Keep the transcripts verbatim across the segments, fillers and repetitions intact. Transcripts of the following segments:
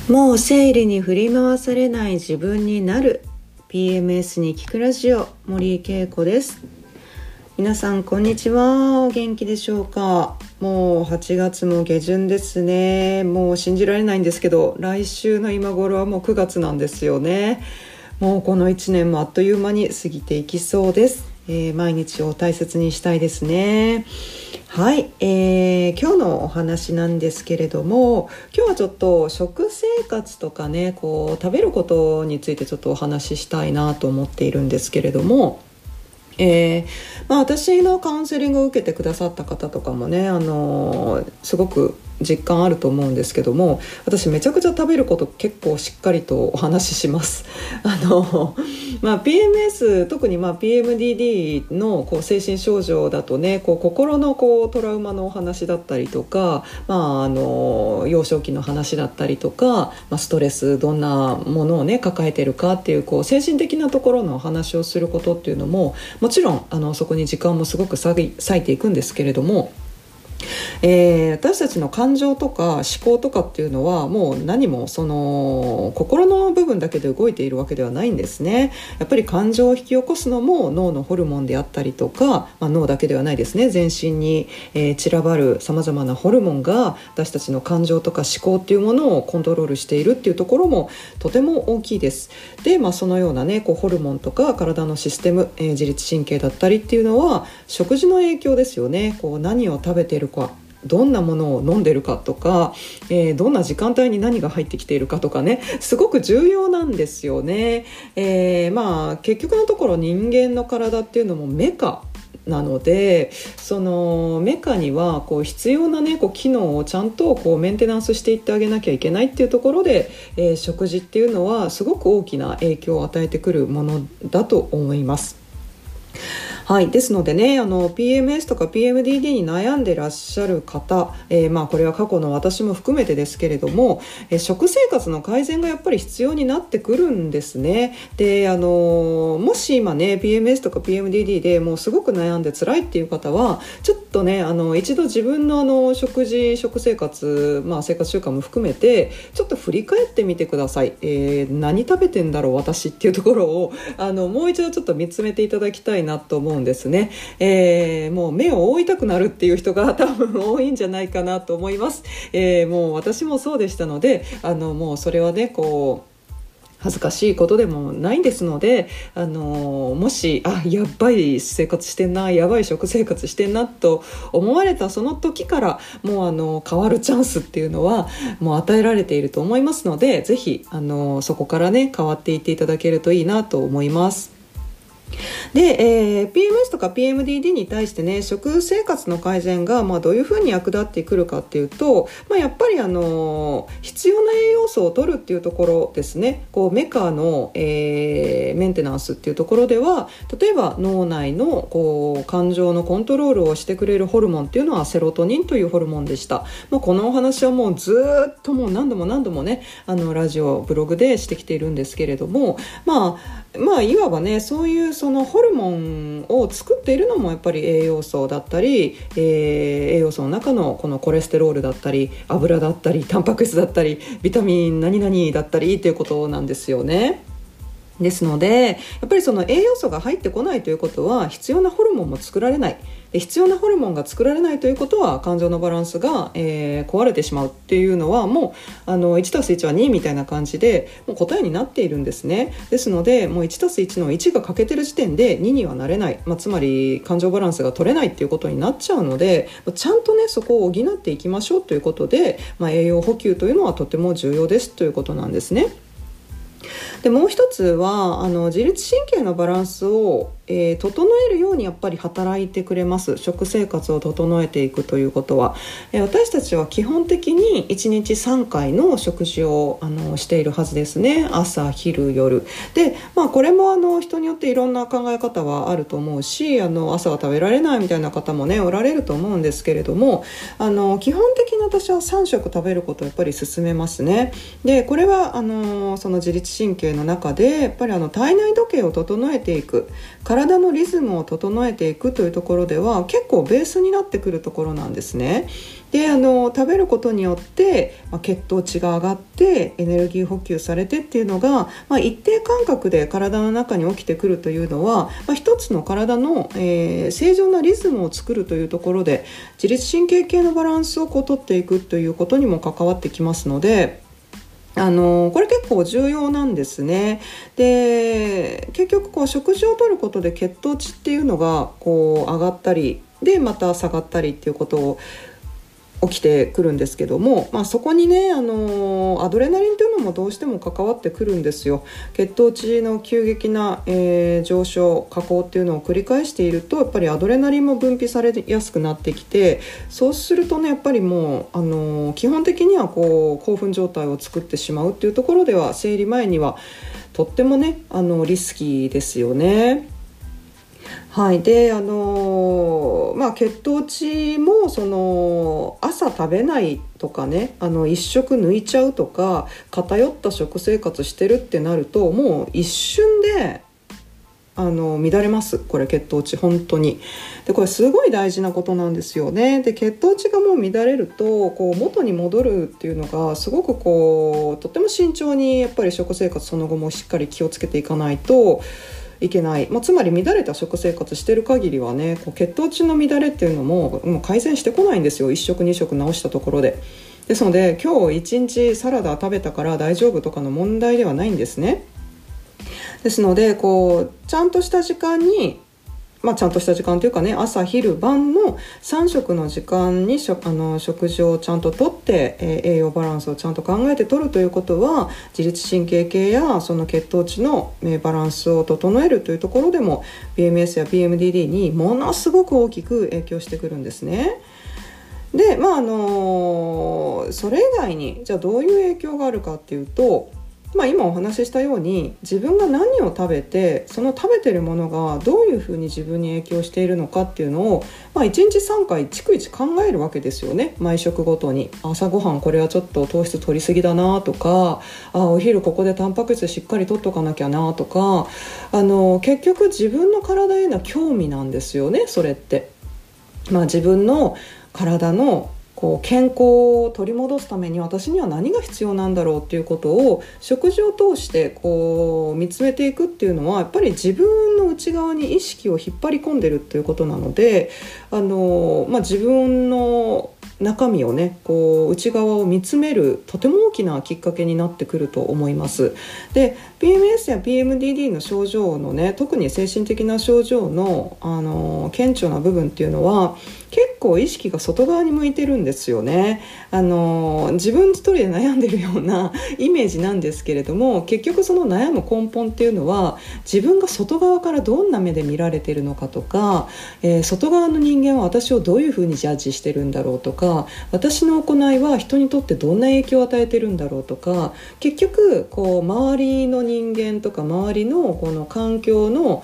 もう生理に振り回されない自分になる ピーエムエス に聞くラジオ、森井恵子です。皆さんこんにちは。お元気でしょうか。もうはちがつも下旬ですね。もう信じられないんですけど、来週の今頃はもうくがつなんですよね。もうこのいちねんもあっという間に過ぎていきそうです。えー、毎日を大切にしたいですね。はい、えー、今日のお話なんですけれども、今日はちょっと食生活とかね、こう食べることについてちょっとお話ししたいなと思っているんですけれども、えーまあ、私のカウンセリングを受けてくださった方とかもね、あのー、すごく実感あると思うんですけども、私めちゃくちゃ食べること結構しっかりとお話しします。あの、まあ、ピーエムエス 特にまあ ピーエムディーディー のこう精神症状だとね、こう心のこうトラウマのお話だったりとか、まあ、あの幼少期の話だったりとか、まあ、ストレスどんなものをね抱えてるかっていう、こう精神的なところのお話をすることっていうのももちろんあのそこに時間もすごく割いていくんですけれども、えー、私たちの感情とか思考とかっていうのはもう何もその心の部分だけで動いているわけではないんですね。やっぱり感情を引き起こすのも脳のホルモンであったりとか、まあ、脳だけではないですね。全身に、えー、散らばるさまざまなホルモンが私たちの感情とか思考っていうものをコントロールしているっていうところもとても大きいです。で、まあ、そのようなねこうホルモンとか体のシステム、えー、自律神経だったりっていうのは食事の影響ですよね。こう何を食べているか、どんなものを飲んでるかとか、えー、どんな時間帯に何が入ってきているかとかね、すごく重要なんですよね。えー、まあ結局のところ人間の体っていうのもメカなので、そのメカにはこう必要な、ね、こう機能をちゃんとこうメンテナンスしていってあげなきゃいけないっていうところで、えー、食事っていうのはすごく大きな影響を与えてくるものだと思います。はい、ですのでね、あの ピーエムエス とか ピーエムディーディー に悩んでらっしゃる方、えーまあ、これは過去の私も含めてですけれども、えー、食生活の改善がやっぱり必要になってくるんですね。で、あのもし今ね ピーエムエス とか ピーエムディーディー でもうすごく悩んで辛いっていう方はちょっとね、あの一度自分のあの食事食生活、まあ、生活習慣も含めてちょっと振り返ってみてください。えー、何食べてんだろう私っていうところをあのもう一度ちょっと見つめていただきたいなと思うんですね。えー、もう目を覆いたくなるっていう人が多分多いんじゃないかなと思います。えー、もう私もそうでしたので、あのもうそれはねこう恥ずかしいことでもないんですので、あのもしあやばい生活してんな、やばい食生活してんなと思われたその時からもうあの変わるチャンスっていうのはもう与えられていると思いますので、ぜひあのそこからね変わっていっていただけるといいなと思います。で、えー、ピーエムエス とか ピーエムディーディー に対してね食生活の改善が、まあ、どういうふうに役立ってくるかっていうと、まあ、やっぱり、あのー、必要な栄養素を取るっていうところですね。こうメカの、えー、メンテナンスっていうところでは、例えば脳内のこう感情のコントロールをしてくれるホルモンっていうのはセロトニンというホルモンでした。もうこのお話はもうずっともう何度も何度もねあのラジオブログでしてきているんですけれども、まあまあいわばねそういうそのホルモンを作っているのもやっぱり栄養素だったり、えー、栄養素の中のこのコレステロールだったり油だったりタンパク質だったりビタミン何々だったりということなんですよね。ですのでやっぱりその栄養素が入ってこないということは必要なホルモンも作られない。で必要なホルモンが作られないということは感情のバランスが、えー、壊れてしまうっていうのはもうあの いちたすいち はにみたいな感じでもう答えになっているんですね。ですのでもう いちたすいち のいちが欠けてる時点でににはなれない、まあ、つまり感情バランスが取れないっていうことになっちゃうので、ちゃんとねそこを補っていきましょうということで、まあ、栄養補給というのはとても重要ですということなんですね。でもう一つはあの自律神経のバランスを、えー、整えるようにやっぱり働いてくれます。食生活を整えていくということは、えー、私たちは基本的にいちにちさんかいの食事をあのしているはずですね。朝昼夜で、まあ、これもあの人によっていろんな考え方はあると思うし、あの朝は食べられないみたいな方もねおられると思うんですけれども、あの基本的に私はさん食食べることをやっぱり勧めますね。でこれはあのその自律律神経の中でやっぱりあの体内時計を整えていく、体のリズムを整えていくというところでは結構ベースになってくるところなんですね。であの食べることによって、まあ、血糖値が上がってエネルギー補給されてっていうのが、まあ、一定間隔で体の中に起きてくるというのは、まあ、一つの体の、えー、正常なリズムを作るというところで自律神経系のバランスをこう取っていくということにも関わってきますので、あのこれ結構重要なんですね。で結局こう食事をとることで血糖値っていうのがこう上がったりでまた下がったりっていうことを起きてくるんですけども、まあ、そこにね、あのー、アドレナリンというのもどうしても関わってくるんですよ。血糖値の急激な、えー、上昇下降っていうのを繰り返しているとやっぱりアドレナリンも分泌されやすくなってきて、そうするとねやっぱりもう、あのー、基本的にはこう興奮状態を作ってしまうっていうところでは生理前にはとってもねあのリスキーですよね。はい、であのーまあ、血糖値もその朝食べないとかね、あの一食抜いちゃうとか偏った食生活してるってなるともう一瞬であの乱れます。これ血糖値本当にでこれすごい大事なことなんですよね。で血糖値がもう乱れるとこう元に戻るっていうのがすごくこうとっても慎重にやっぱり食生活その後もしっかり気をつけていかないといけない、まあ、つまり乱れた食生活してる限りはねこう血糖値の乱れっていうのも、もう改善してこないんですよ。いっ食に食直したところで。ですので今日いちにちサラダ食べたから大丈夫とかの問題ではないんですね。ですのでこうちゃんとした時間にまあ、ちゃんとした時間というかね朝昼晩のさん食の時間にしょあの食事をちゃんととって、えー、栄養バランスをちゃんと考えてとるということは自律神経系やその血糖値の、えー、バランスを整えるというところでも ピーエムエス や ピーエムディーディー にものすごく大きく影響してくるんですね。でまああのー、それ以外にじゃあどういう影響があるかっていうと、まあ、今お話ししたように自分が何を食べてその食べてるものがどういうふうに自分に影響しているのかっていうのを、まあ、いちにちさんかい逐一考えるわけですよね。毎食ごとに朝ごはんこれはちょっと糖質取りすぎだなとか、あお昼ここでタンパク質しっかり取っとかなきゃなとか、あの結局自分の体への興味なんですよね。それって、まあ、自分の体のこう健康を取り戻すために私には何が必要なんだろうっていうことを食事を通してこう見つめていくっていうのはやっぱり自分の内側に意識を引っ張り込んでるっていうことなので、あの、まあ、自分の中身をねこう内側を見つめるとても大きなきっかけになってくると思います。で ピーエムエス や ピーエムディーディー の症状のね特に精神的な症状の、あの顕著な部分っていうのは結構意識が外側に向いてるんですよね。あの自分一人で悩んでるようなイメージなんですけれども、結局その悩む根本っていうのは自分が外側からどんな目で見られてるのかとか、えー、外側の人間は私をどういうふうにジャッジしてるんだろうとか、私の行いは人にとってどんな影響を与えてるんだろうとか、結局こう周りの人間とか周りのこの環境の、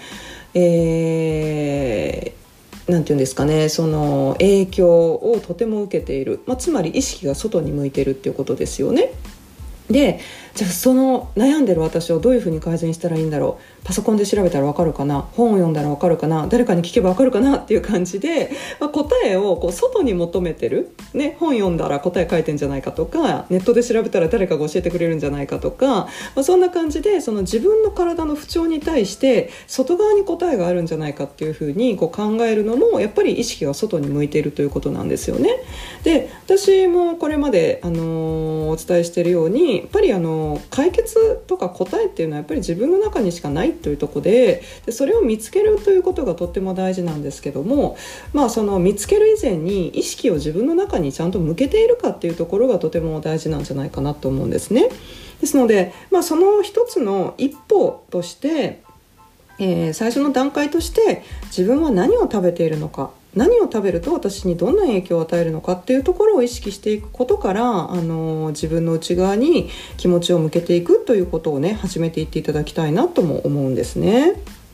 えーなんていうんですかね、その影響をとても受けている、まあ、つまり意識が外に向いているっていうことですよね。でじゃあその悩んでる私をどういうふうに改善したらいいんだろう、パソコンで調べたら分かるかな、本を読んだら分かるかな、誰かに聞けば分かるかなっていう感じで、まあ、答えをこう外に求めてる、ね、本読んだら答え書いてんじゃないかとか、ネットで調べたら誰かが教えてくれるんじゃないかとか、まあ、そんな感じでその自分の体の不調に対して外側に答えがあるんじゃないかっていうふうにこう考えるのもやっぱり意識が外に向いているということなんですよね。で私もこれまで、あのー、お伝えしているようにやっぱりあの解決とか答えっていうのはやっぱり自分の中にしかないというところ で, でそれを見つけるということがとっても大事なんですけども、まあ、その見つける以前に意識を自分の中にちゃんと向けているかっていうところがとても大事なんじゃないかなと思うんですね。ですので、まあ、その一つの一歩として、えー、最初の段階として自分は何を食べているのか、何を食べると私にどんな影響を与えるのかっていうところを意識していくことから、あの自分の内側に気持ちを向けていくということをね始めていっていただきたいなとも思うんですね。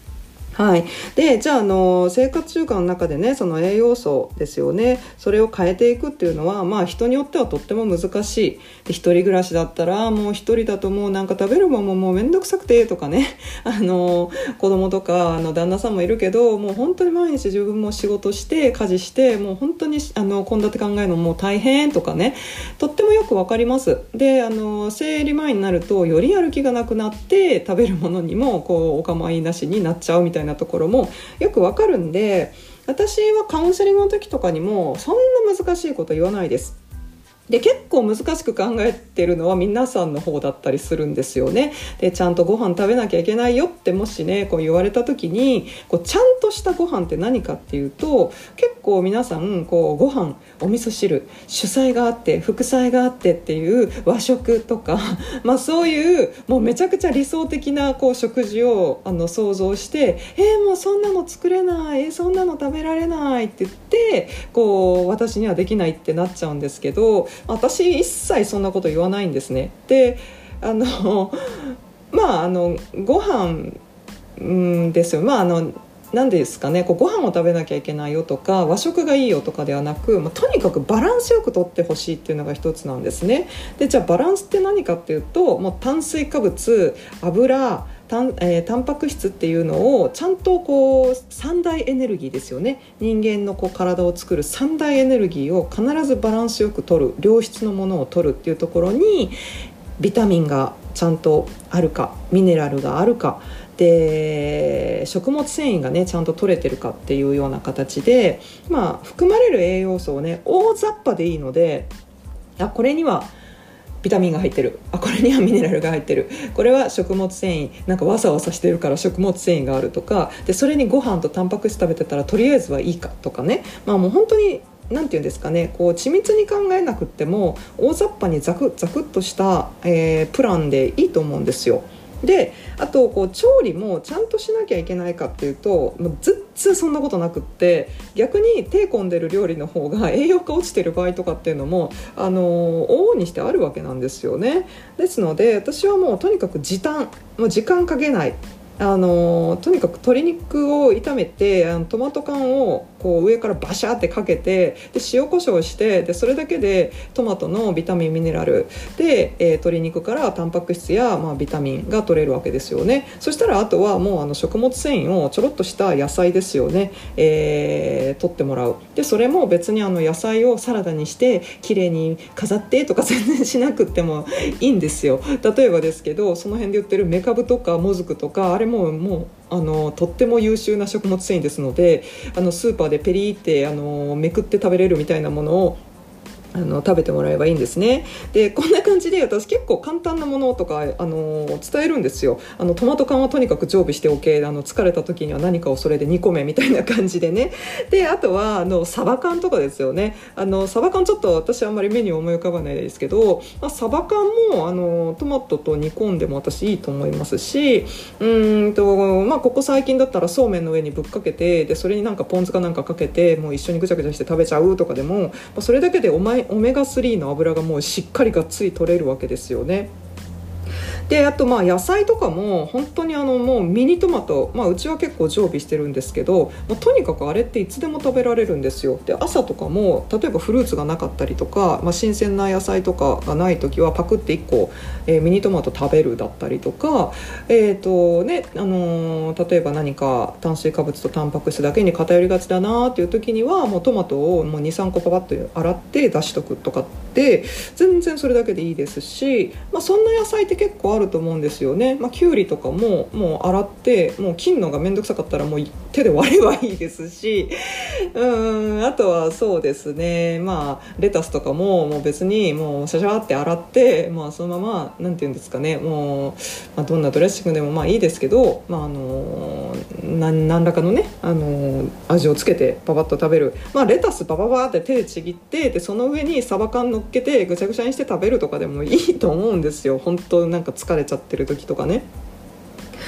はい、でじゃあ、あの生活習慣の中でね、その栄養素ですよね、それを変えていくっていうのは、まあ、人によってはとっても難しい。で一人暮らしだったら、もう一人だともうなんか食べるもんももうめんどくさくてとかねあの子供とかあの旦那さんもいるけど、もう本当に毎日自分も仕事して家事して、もう本当にあの献立考えるのもう大変とかね、とってもよくわかります。であの生理前になるとよりやる気がなくなって、食べるものにもこうお構いなしになっちゃうみたいなところもよくわかるんで、私はカウンセリングの時とかにもそんな難しいこと言わないです。で結構難しく考えてるのは皆さんの方だったりするんですよね。でちゃんとご飯食べなきゃいけないよってもしねこう言われた時に、こうちゃんとしたご飯って何かっていうと、結構皆さんこうご飯、お味噌汁、主菜があって副菜があってっていう和食とかまあそういうもうめちゃくちゃ理想的なこう食事をあの想像して、えー、もうそんなの作れない、えー、そんなの食べられないって言ってこう私にはできないってなっちゃうんですけど、私一切そんなこと言わないんですね。であのまああのご飯んですよ。まああの何ですかね、こうご飯を食べなきゃいけないよとか和食がいいよとかではなく、まあ、とにかくバランスよくとってほしいっていうのが一つなんですね。でじゃあバランスって何かっていうと、もう炭水化物、油、タン、えー、タンパク質っていうのをちゃんとこう三大エネルギーですよね。人間のこう体を作る三大エネルギーを必ずバランスよく取る、良質のものを取るっていうところにビタミンがちゃんとあるか、ミネラルがあるかで、食物繊維がねちゃんと取れてるかっていうような形で、まあ、含まれる栄養素をね大雑把でいいので、あこれにはビタミンが入ってる、あこれにはミネラルが入ってる、これは食物繊維なんかわさわさしてるから食物繊維があるとかで、それにご飯とタンパク質食べてたらとりあえずはいいかとかね、まあもう本当になんていうんですかね、こう緻密に考えなくっても大雑把にザクザクっとした、えー、プランでいいと思うんですよ。であとこう調理もちゃんとしなきゃいけないかっていうと、もう全然そんなことなくって、逆に手込んでる料理の方が栄養価落ちてる場合とかっていうのもあの往々にしてあるわけなんですよね。ですので私はもうとにかく時短、もう時間かけない、あのとにかく鶏肉を炒めて、あのトマト缶をこう上からバシャーってかけて、で塩コショウして、でそれだけでトマトのビタミンミネラルで、えー、鶏肉からタンパク質や、まあ、ビタミンが取れるわけですよね。そしたらあとはもうあの食物繊維をちょろっとした野菜ですよね、えー、取ってもらう。でそれも別にあの野菜をサラダにしてきれいに飾ってとか全然しなくってもいいんですよ。例えばですけど、その辺で売ってるメカブとかモズクとか、あれももうあのとっても優秀な食物繊維ですので、あのスーパーでペリーってあのめくって食べれるみたいなものをあの食べてもらえばいいんですね。でこんな感じで私結構簡単なものとかあの伝えるんですよ。あのトマト缶はとにかく常備しておけ、あの疲れた時には何かをそれで煮込めみたいな感じでね。であとはあのサバ缶とかですよね。あのサバ缶ちょっと私あんまりメニュー思い浮かばないですけど、まあ、サバ缶もあのトマトと煮込んでも私いいと思いますし、うーんと、まあ、ここ最近だったらそうめんの上にぶっかけて、でそれになんかポン酢かなんかかけてもう一緒にぐちゃぐちゃして食べちゃうとかでも、まあ、それだけでお前オメガスリーの油がもうしっかりがっつり取れるわけですよね。であとまあ野菜とかも本当にあのもうミニトマト、まあ、うちは結構常備してるんですけど、もうとにかくあれっていつでも食べられるんですよ。で朝とかも例えばフルーツがなかったりとか、まあ、新鮮な野菜とかがない時はパクっていっこ、えー、ミニトマト食べるだったりとか、えーとねあのー、例えば何か炭水化物とタンパク質だけに偏りがちだなっていう時にはもうトマトをもう にさんこパパッと洗って出しとくとかって全然それだけでいいですし、まあ、そんな野菜って結構あると思うんですよね。まあ、きゅうりとかももう洗ってもう切るのがめんどくさかったらもう手で割ればいいですし、うんあとはそうですね、まあレタスとかももう別にもうシャシャって洗って、まあ、そのままなんていうんですかね、もう、まあ、どんなドレッシングでもまあいいですけど、まあ、あの何何らかのね、あの味をつけてパパッと食べる、まあ、レタスパパパって手でちぎって、でその上にサバ缶乗っけてぐちゃぐちゃにして食べるとかでもいいと思うんですよ。本当なんか疲れちゃってる時とかね。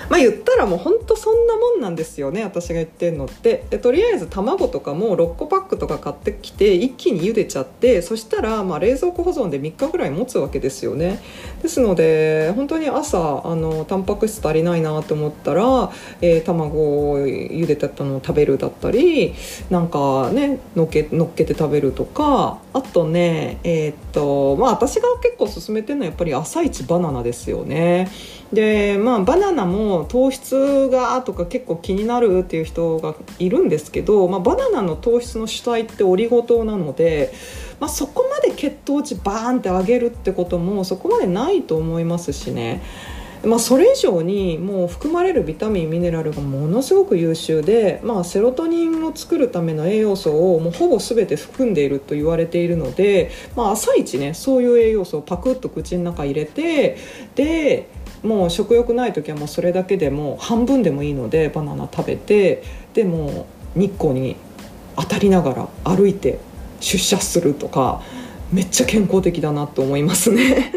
まあ言ったらもうほんとそんなもんなんですよね、私が言ってるのって。でとりあえず卵とかもろっこパックとか買ってきて一気に茹でちゃって、そしたらまあ冷蔵庫保存でみっかぐらい持つわけですよね。ですので本当に朝あのタンパク質足りないなと思ったら、えー、卵を茹でたのを食べるだったり、なんかねのっけ、のっけて食べるとか、あとねえー、っとまあ私が結構勧めてるのはやっぱり朝一バナナですよね。でまあバナナも糖質がとか結構気になるっていう人がいるんですけど、まあ、バナナの糖質の主体ってオリゴ糖なので、まあ、そこまで血糖値バーンって上げるってこともそこまでないと思いますしね。まあ、それ以上にもう含まれるビタミンミネラルがものすごく優秀で、まあ、セロトニンを作るための栄養素をもうほぼ全て含んでいると言われているので、まあ、朝一ねそういう栄養素をパクッと口の中入れて、でもう食欲ない時はもうそれだけでも半分でもいいのでバナナ食べて、でも日光に当たりながら歩いて出社するとか、めっちゃ健康的だなと思いますね。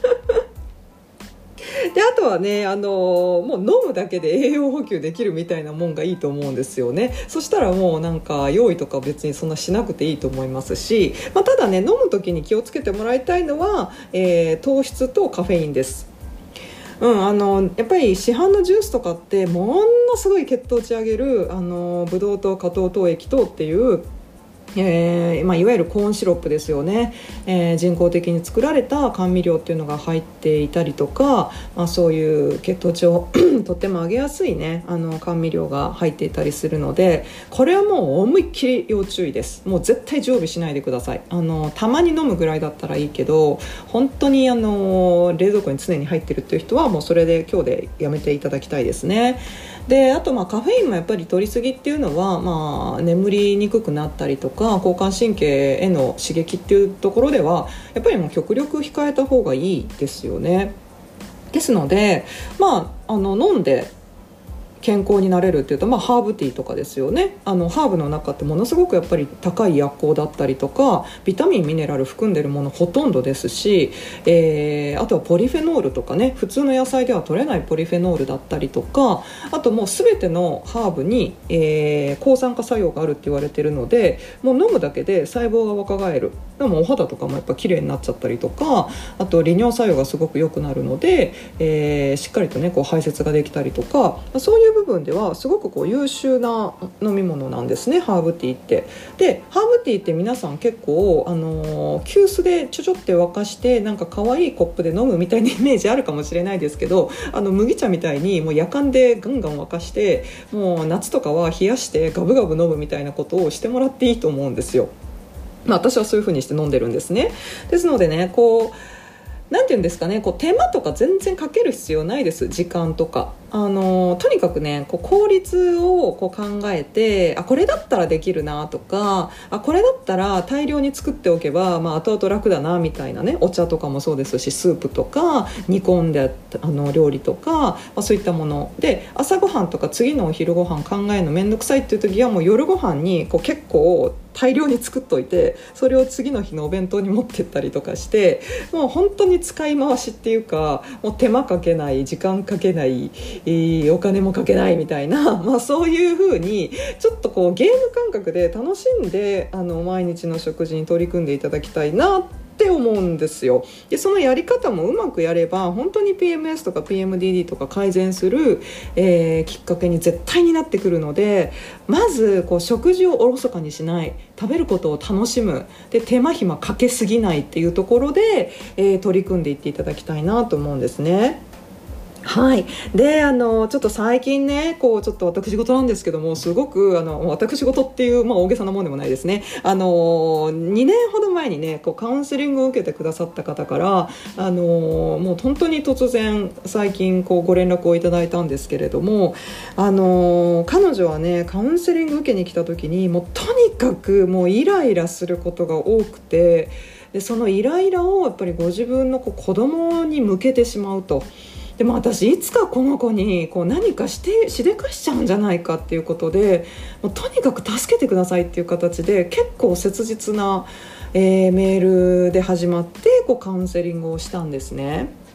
であとはね、あのもう飲むだけで栄養補給できるみたいなもんがいいと思うんですよね。そしたらもうなんか用意とか別にそんなしなくていいと思いますし、まあ、ただね飲む時に気をつけてもらいたいのは、えー、糖質とカフェインです。うん、あのやっぱり市販のジュースとかってものすごい血糖値上げるあのブドウ糖、果糖糖液糖っていうえーまあ、いわゆるコーンシロップですよね、えー、人工的に作られた甘味料っていうのが入っていたりとか、まあ、そういう血糖値をとっても上げやすいねあの甘味料が入っていたりするので、これはもう思いっきり要注意です。もう絶対常備しないでください。あのたまに飲むぐらいだったらいいけど、本当にあの冷蔵庫に常に入ってるっていう人はもうそれで今日でやめていただきたいですね。であとまあカフェインもやっぱり摂りすぎっていうのは、まあ、眠りにくくなったりとか交感神経への刺激っていうところではやっぱりもう極力控えた方がいいですよね。ですので、まあ、あの飲んで健康になれるっていうと、まあ、ハーブティーとかですよね。あのハーブの中ってものすごくやっぱり高い薬効だったりとかビタミンミネラル含んでるものほとんどですし、えー、あとはポリフェノールとかね、普通の野菜では取れないポリフェノールだったりとか、あともう全てのハーブに、えー、抗酸化作用があるって言われてるので、もう飲むだけで細胞が若返る。でもお肌とかもやっぱ綺麗になっちゃったりとか、あと利尿作用がすごく良くなるので、えー、しっかりとねこう排泄ができたりとか、そういう部分ではすごくこう優秀な飲み物なんですね、ハーブティーって。でハーブティーって皆さん結構、あのー、急須でちょちょって沸かしてなんか可愛いコップで飲むみたいなイメージあるかもしれないですけど、あの麦茶みたいにもう夜間でガンガン沸かして、もう夏とかは冷やしてガブガブ飲むみたいなことをしてもらっていいと思うんですよ。まあ、私はそういう風にして飲んでるんですね。ですのでね、こうなんていうんですかね、こう手間とか全然かける必要ないです。時間とかあのとにかくねこう効率をこう考えて、あこれだったらできるなとか、あこれだったら大量に作っておけば、まあ、後々楽だなみたいなね、お茶とかもそうですし、スープとか煮込んであの料理とか、まあ、そういったもので朝ごはんとか次のお昼ごはん考えるのめんどくさいっていう時はもう夜ごはんにこう結構大量に作っといて、それを次の日のお弁当に持ってったりとかして、もう本当に使い回しっていうか、もう手間かけない時間かけない、えー、お金もかけないみたいな、まあ、そういう風にちょっとこうゲーム感覚で楽しんであの毎日の食事に取り組んでいただきたいなって思うんですよ。でそのやり方もうまくやれば本当に ピーエムエス とか ピーエムディーディー とか改善する、えー、きっかけに絶対になってくるので、まずこう食事をおろそかにしない、食べることを楽しむ、で手間暇かけすぎないっていうところで、えー、取り組んでいっていただきたいなと思うんですね。はい、であのちょっと最近ねこうちょっと私事なんですけども、すごくあの私事っていう、まあ、大げさなもんでもないですね。あのにねんほど前にねこうカウンセリングを受けてくださった方からあのもう本当に突然最近こうご連絡をいただいたんですけれども、あの彼女はねカウンセリング受けに来た時にもうとにかくもうイライラすることが多くて、でそのイライラをやっぱりご自分のこう子供に向けてしまうと。でも私いつかこの子にこう何かしてしでかしちゃうんじゃないかっていうことで、もうとにかく助けてくださいっていう形で結構切実な、えー、メールで始まってこうカウンセリングをしたんですね。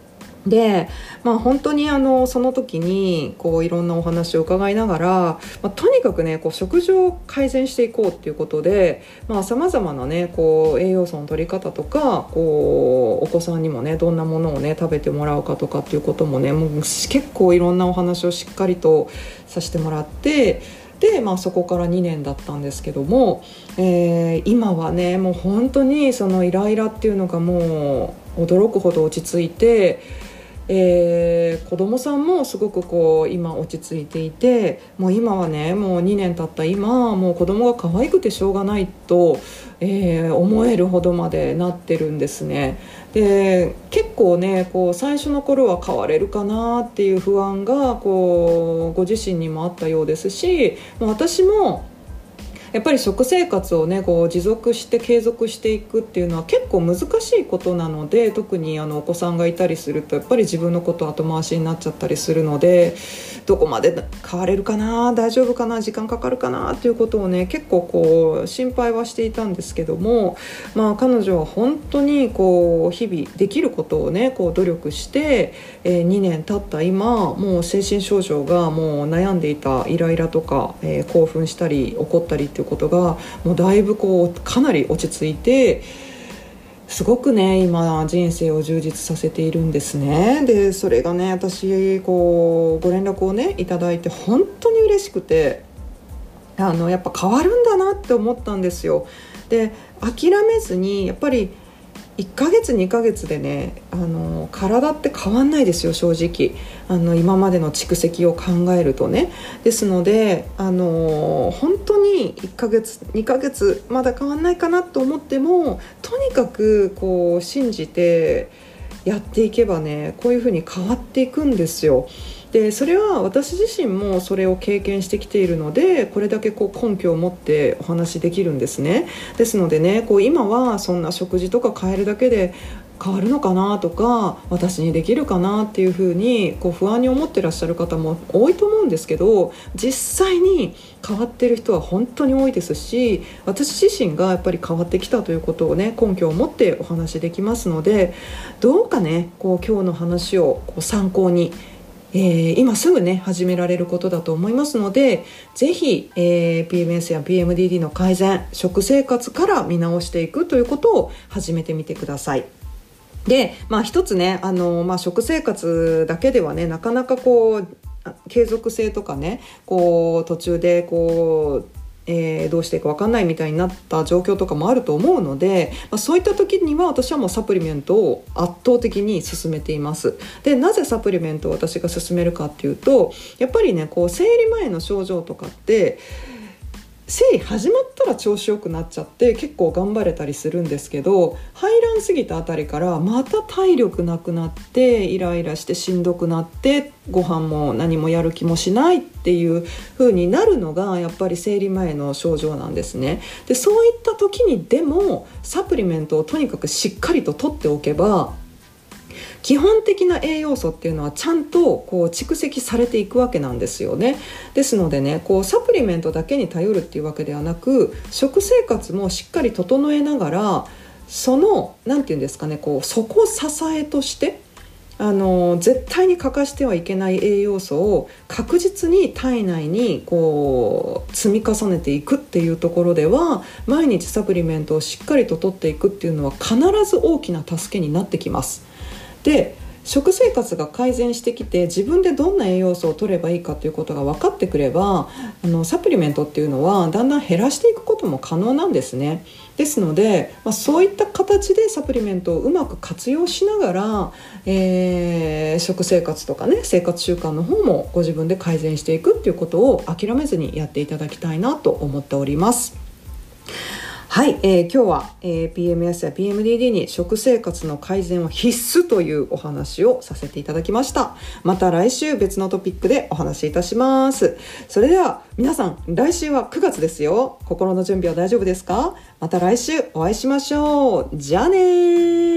で、まあ、本当にあのその時にこういろんなお話を伺いながら、まあ、とにかくねこう食事を改善していこうっていうことでさまざ、まな、ね、こう栄養素の取り方とかこうお子さんにもねどんなものをね食べてもらうかとかっていうこともねもう結構いろんなお話をしっかりとさせてもらってで、まあ、そこからにねんだったんですけども、えー、今はねもう本当にそのイライラっていうのがもう驚くほど落ち着いてえー、子供さんもすごくこう今落ち着いていてもう今はねもうにねん経った今もう子供が可愛くてしょうがないと、えー、思えるほどまでなってるんですね。で結構ねこう最初の頃は変われるかなっていう不安がこうご自身にもあったようですしもう私もやっぱり食生活をねこう持続して継続していくっていうのは結構難しいことなので特にあのお子さんがいたりするとやっぱり自分のこと後回しになっちゃったりするのでどこまで変われるかな大丈夫かな時間かかるかなっていうことをね結構こう心配はしていたんですけども、まあ、彼女は本当にこう日々できることをねこう努力して、えー、にねん経った今もう精神症状がもう悩んでいたイライラとか、えー、興奮したり怒ったりっていうことがもうだいぶこうかなり落ち着いてすごくね今人生を充実させているんですね。でそれがね私こうご連絡をねいただいて本当に嬉しくてあのやっぱ変わるんだなって思ったんですよ。で諦めずにやっぱりいっかげつにかげつでねあの体って変わんないですよ正直あの今までの蓄積を考えるとねですのであの本当にいっかげつにかげつまだ変わんないかなと思ってもとにかくこう信じてやっていけばねこういうふうに変わっていくんですよ。でそれは私自身もそれを経験してきているのでこれだけこう根拠を持ってお話しできるんですね。ですのでねこう今はそんな食事とか変えるだけで変わるのかなとか私にできるかなっていうふうにこう不安に思ってらっしゃる方も多いと思うんですけど実際に変わってる人は本当に多いですし私自身がやっぱり変わってきたということをね根拠を持ってお話しできますのでどうかねこう今日の話をこう参考にえー、今すぐね始められることだと思いますのでぜひ、えー、ピーエムエス や ピーエムディーディー の改善食生活から見直していくということを始めてみてください。で、まあ、一つねあの、まあ、食生活だけではねなかなかこう継続性とかねこう途中でこうえー、どうしていいか分かんないみたいになった状況とかもあると思うので、まあ、そういった時には私はもうサプリメントを圧倒的に勧めています。でなぜサプリメントを私が勧めるかっていうとやっぱりねこう生理前の症状とかって生理始まったら調子よくなっちゃって結構頑張れたりするんですけど排卵過ぎたあたりからまた体力なくなってイライラしてしんどくなってご飯も何もやる気もしないっていう風になるのがやっぱり生理前の症状なんですね。でそういった時にでもサプリメントをとにかくしっかりと取っておけば基本的な栄養素っていうのはちゃんとこう蓄積されていくわけなんですよね。ですのでねこうサプリメントだけに頼るっていうわけではなく食生活もしっかり整えながらそのなんていうんですかねこうそこを支えとしてあの絶対に欠かしてはいけない栄養素を確実に体内にこう積み重ねていくっていうところでは毎日サプリメントをしっかりと取っていくっていうのは必ず大きな助けになってきます。で食生活が改善してきて自分でどんな栄養素を取ればいいかということが分かってくればあのサプリメントっていうのはだんだん減らしていくことも可能なんですね。ですので、まあ、そういった形でサプリメントをうまく活用しながら、えー、食生活とかね生活習慣の方もご自分で改善していくっていうことを諦めずにやっていただきたいなと思っております。はい、えー、今日は、えー、ピーエムエス や ピーエムディーディー に食生活の改善は必須というお話をさせていただきました。また来週別のトピックでお話しいたします。それでは皆さん来週はくがつですよ。心の準備は大丈夫ですか？また来週お会いしましょう。じゃあねー。